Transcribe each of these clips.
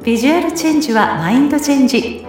ビジュアルチェンジはマインドチェンジ。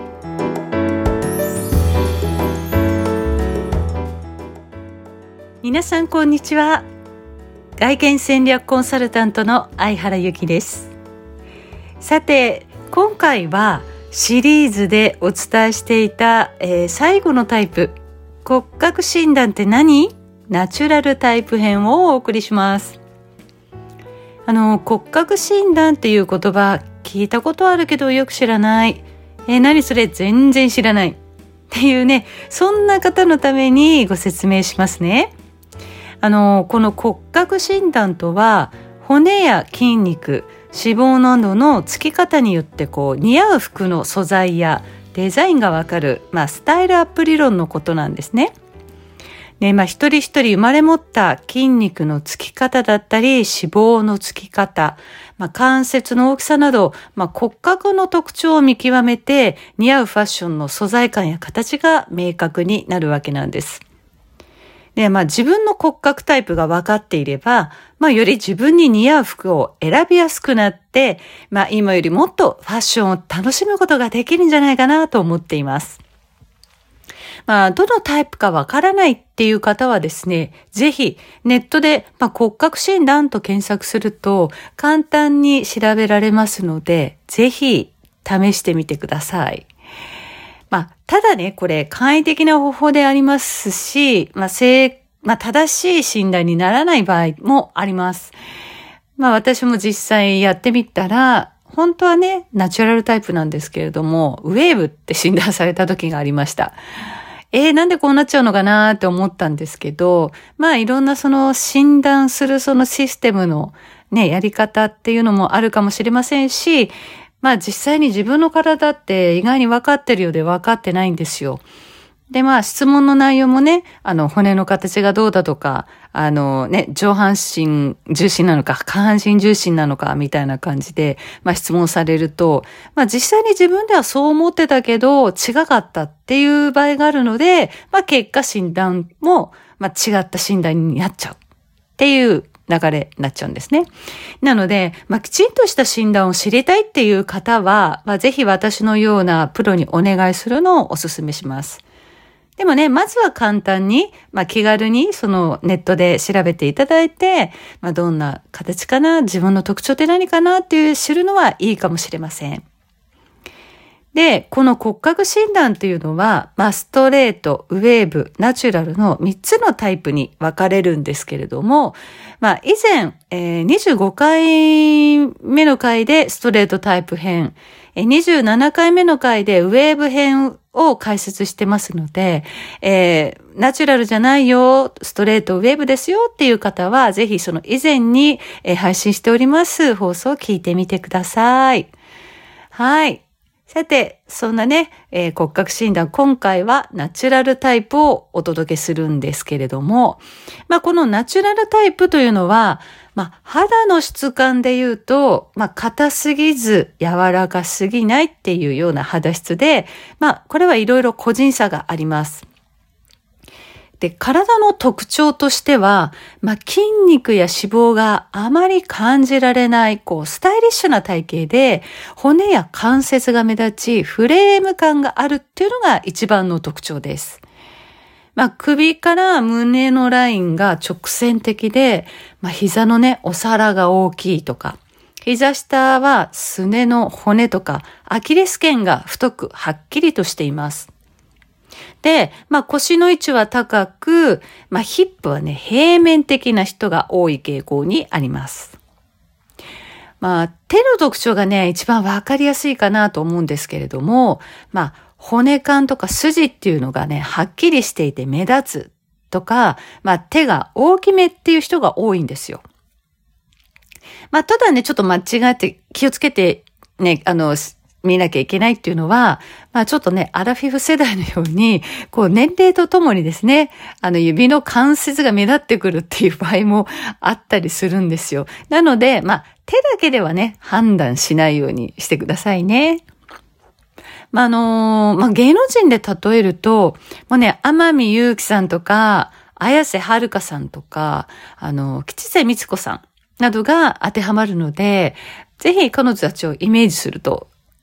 皆さんこんにちは。外見戦略コンサルタントの相原由紀です。さて今回はシリーズでお伝えしていた、最後のタイプ、骨格診断って何？ナチュラルタイプ編をお送りします。骨格診断っていう言葉聞いたことあるけどよく知らない。何それ全然知らないっていうね、そんな方のためにご説明しますね。この骨格診断とは骨や筋肉、脂肪などのつき方によって似合う服の素材やデザインがわかる、スタイルアップ理論のことなんですね。で、一人一人生まれ持った筋肉のつき方だったり脂肪のつき方、関節の大きさなど、骨格の特徴を見極めて似合うファッションの素材感や形が明確になるわけなんです。で、自分の骨格タイプが分かっていれば、より自分に似合う服を選びやすくなって、今よりもっとファッションを楽しむことができるんじゃないかなと思っています。どのタイプかわからないっていう方はですね、ぜひネットで、骨格診断と検索すると簡単に調べられますので、ぜひ試してみてください。ただね、これ簡易的な方法でありますし、正しい診断にならない場合もあります。私も実際やってみたら、本当はね、ナチュラルタイプなんですけれども、ウェーブって診断された時がありました。なんでこうなっちゃうのかなって思ったんですけど、いろんなその診断するそのシステムのね、やり方っていうのもあるかもしれませんし、実際に自分の体って意外に分かってるようで分かってないんですよ。で、質問の内容もね、骨の形がどうだとか、上半身重心なのか、下半身重心なのか、みたいな感じで、質問されると、実際に自分ではそう思ってたけど、違かったっていう場合があるので、結果診断も、違った診断になっちゃうっていう流れになっちゃうんですね。なので、きちんとした診断を知りたいっていう方は、ぜひ私のようなプロにお願いするのをお勧めします。でもね、まずは簡単に、気軽にそのネットで調べていただいて、どんな形かな、自分の特徴って何かなっていう知るのはいいかもしれません。で、この骨格診断っていうのは、ストレート、ウェーブ、ナチュラルの3つのタイプに分かれるんですけれども、以前、25回目の回でストレートタイプ編、27回目の回でウェーブ編を解説してますので、ナチュラルじゃないよ、ストレートウェーブですよっていう方は、ぜひその以前に、配信しております放送を聞いてみてください。はい。さて、そんなね、骨格診断、今回はナチュラルタイプをお届けするんですけれども、このナチュラルタイプというのは、肌の質感で言うと、硬すぎず柔らかすぎないっていうような肌質で、これはいろいろ個人差があります。で、体の特徴としては、筋肉や脂肪があまり感じられない、スタイリッシュな体型で、骨や関節が目立ち、フレーム感があるっていうのが一番の特徴です。首から胸のラインが直線的で、膝のね、お皿が大きいとか、膝下はすねの骨とか、アキレス腱が太くはっきりとしています。で、腰の位置は高く、ヒップはね、平面的な人が多い傾向にあります。手の特徴がね、一番わかりやすいかなと思うんですけれども、骨幹とか筋っていうのがね、はっきりしていて目立つとか、手が大きめっていう人が多いんですよ。ただね、ちょっと間違って気をつけてね、見なきゃいけないっていうのは、ちょっとね、アラフィフ世代のように、年齢とともにですね、指の関節が目立ってくるっていう場合もあったりするんですよ。なので、手だけではね、判断しないようにしてくださいね。芸能人で例えると、天海祐希さんとか、綾瀬はるかさんとか、吉瀬美智子さんなどが当てはまるので、ぜひ彼女たちをイメージすると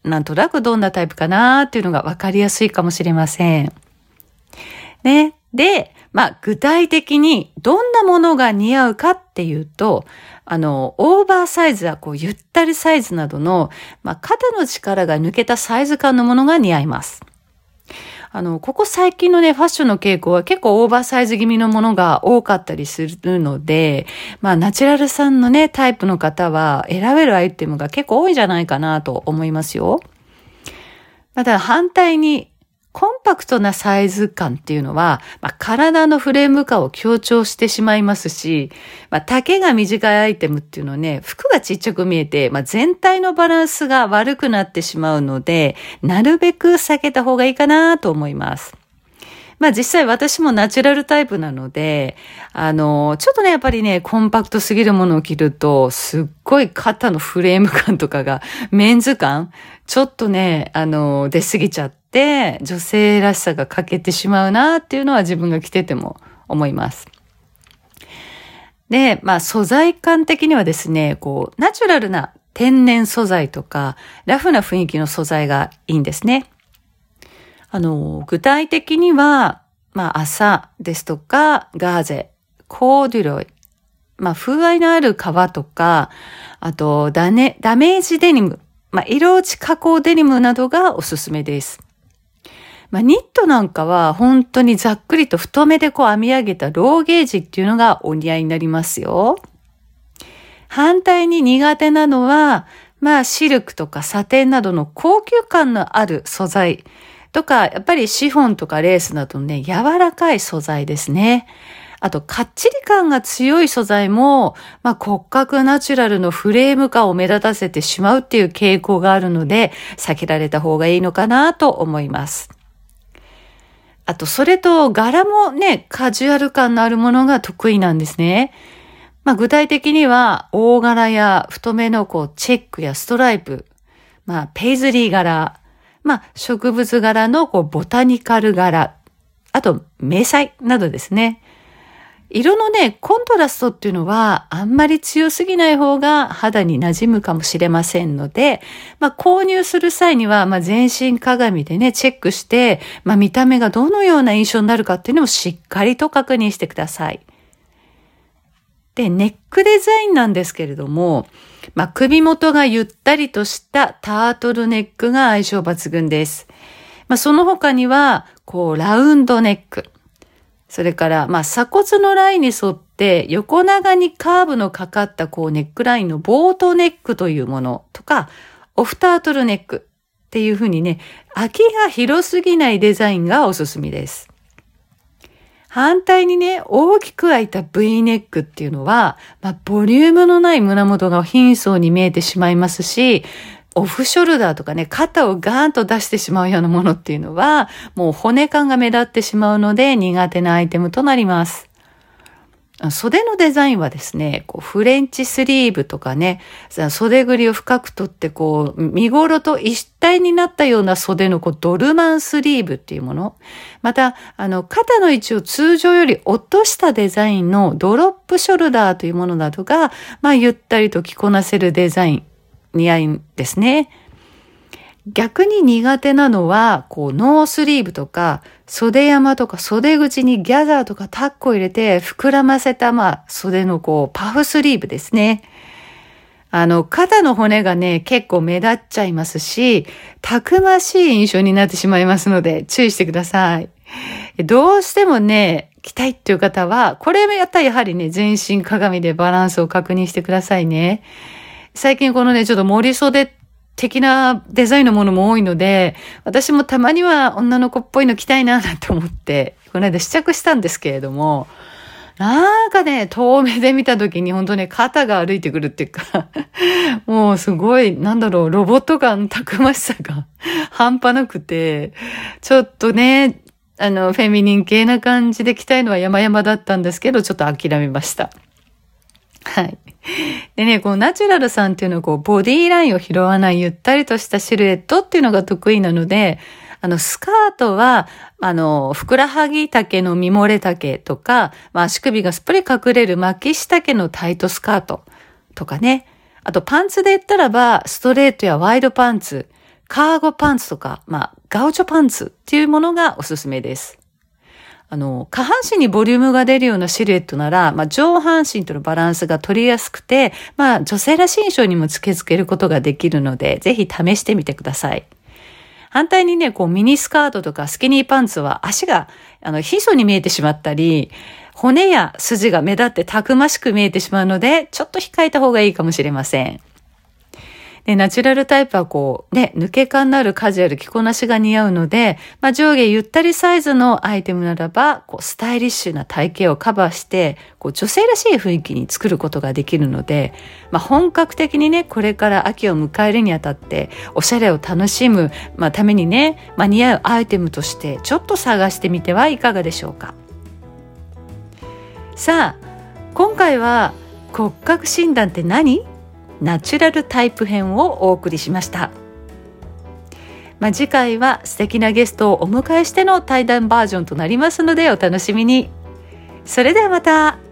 なんとなくどんなタイプかなっていうのがわかりやすいかもしれません。ね。で、具体的にどんなものが似合うかっていうと、オーバーサイズやゆったりサイズなどの、肩の力が抜けたサイズ感のものが似合います。ここ最近のね、ファッションの傾向は結構オーバーサイズ気味のものが多かったりするので、ナチュラルさんのね、タイプの方は選べるアイテムが結構多いんじゃないかなと思いますよ。ただ反対に、コンパクトなサイズ感っていうのは、体のフレーム感を強調してしまいますし、丈が短いアイテムっていうのはね、服がちっちゃく見えて、全体のバランスが悪くなってしまうので、なるべく避けた方がいいかなと思います。実際私もナチュラルタイプなので、ちょっとね、やっぱりね、コンパクトすぎるものを着ると、すっごい肩のフレーム感とかが、メンズ感、ちょっとね、出過ぎちゃって、女性らしさが欠けてしまうなっていうのは自分が着てても思います。で、素材感的にはですね、ナチュラルな天然素材とか、ラフな雰囲気の素材がいいんですね。具体的には、麻ですとか、ガーゼ、コーデュロイ、風合いのある革とか、あと、ダメージデニム、色落ち加工デニムなどがおすすめです。ニットなんかは本当にざっくりと太めで編み上げたローゲージっていうのがお似合いになりますよ。反対に苦手なのは、シルクとかサテンなどの高級感のある素材とか、やっぱりシフォンとかレースなどのね、柔らかい素材ですね。あと、かっちり感が強い素材も、骨格ナチュラルのフレーム感を目立たせてしまうっていう傾向があるので、避けられた方がいいのかなと思います。あと、それと柄もね、カジュアル感のあるものが得意なんですね。具体的には、大柄や太めのチェックやストライプ、ペイズリー柄、植物柄のボタニカル柄、あと、迷彩などですね。色のね、コントラストっていうのはあんまり強すぎない方が肌に馴染むかもしれませんので、購入する際には、全身鏡でね、チェックして、見た目がどのような印象になるかっていうのをしっかりと確認してください。で、ネックデザインなんですけれども、首元がゆったりとしたタートルネックが相性抜群です。その他には、ラウンドネック。それから、鎖骨のラインに沿って横長にカーブのかかったネックラインのボートネックというものとか、オフタートルネックっていうふうにね、空きが広すぎないデザインがおすすめです。反対にね、大きく開いた V ネックっていうのは、ボリュームのない胸元が貧相に見えてしまいますし、オフショルダーとかね、肩をガーンと出してしまうようなものっていうのは、もう骨感が目立ってしまうので苦手なアイテムとなります。袖のデザインはですね、フレンチスリーブとかね、袖ぐりを深く取って身頃と一体になったような袖のドルマンスリーブっていうもの。また、肩の位置を通常より落としたデザインのドロップショルダーというものなどが、ゆったりと着こなせるデザイン。似合いんですね。逆に苦手なのは、ノースリーブとか、袖山とか袖口にギャザーとかタックを入れて膨らませた、袖のパフスリーブですね。肩の骨がね、結構目立っちゃいますし、たくましい印象になってしまいますので、注意してください。どうしてもね、着たいっていう方は、これやったらやはりね、全身鏡でバランスを確認してくださいね。最近このね、ちょっと盛り袖的なデザインのものも多いので、私もたまには女の子っぽいの着たいななんて思って、この間試着したんですけれども、なんかね、遠目で見た時に本当ね、肩が歩いてくるっていうか、もうすごい、ロボット感、たくましさが半端なくて、ちょっとね、フェミニン系な感じで着たいのは山々だったんですけど、ちょっと諦めました。はい。でね、ナチュラルさんっていうのはボディラインを拾わないゆったりとしたシルエットっていうのが得意なので、スカートは、ふくらはぎ丈のミモレ丈とか、足首がすっぽり隠れる巻き下丈のタイトスカートとかね。あとパンツで言ったらば、ストレートやワイドパンツ、 カーゴパンツとか、ガウチョパンツっていうものがおすすめです。下半身にボリュームが出るようなシルエットなら、上半身とのバランスが取りやすくて、女性らしい印象にも付けることができるので、ぜひ試してみてください。反対にね、ミニスカートとかスキニーパンツは足が、貧相に見えてしまったり、骨や筋が目立ってたくましく見えてしまうので、ちょっと控えた方がいいかもしれません。で、ナチュラルタイプは抜け感のあるカジュアル着こなしが似合うので、上下ゆったりサイズのアイテムならば、スタイリッシュな体型をカバーして、女性らしい雰囲気に作ることができるので、本格的にね、これから秋を迎えるにあたって、おしゃれを楽しむ、ためにね、似合うアイテムとして、ちょっと探してみてはいかがでしょうか。さあ、今回は骨格診断って何？ナチュラルタイプ編をお送りしました。次回は素敵なゲストをお迎えしての対談バージョンとなりますのでお楽しみに。それではまた。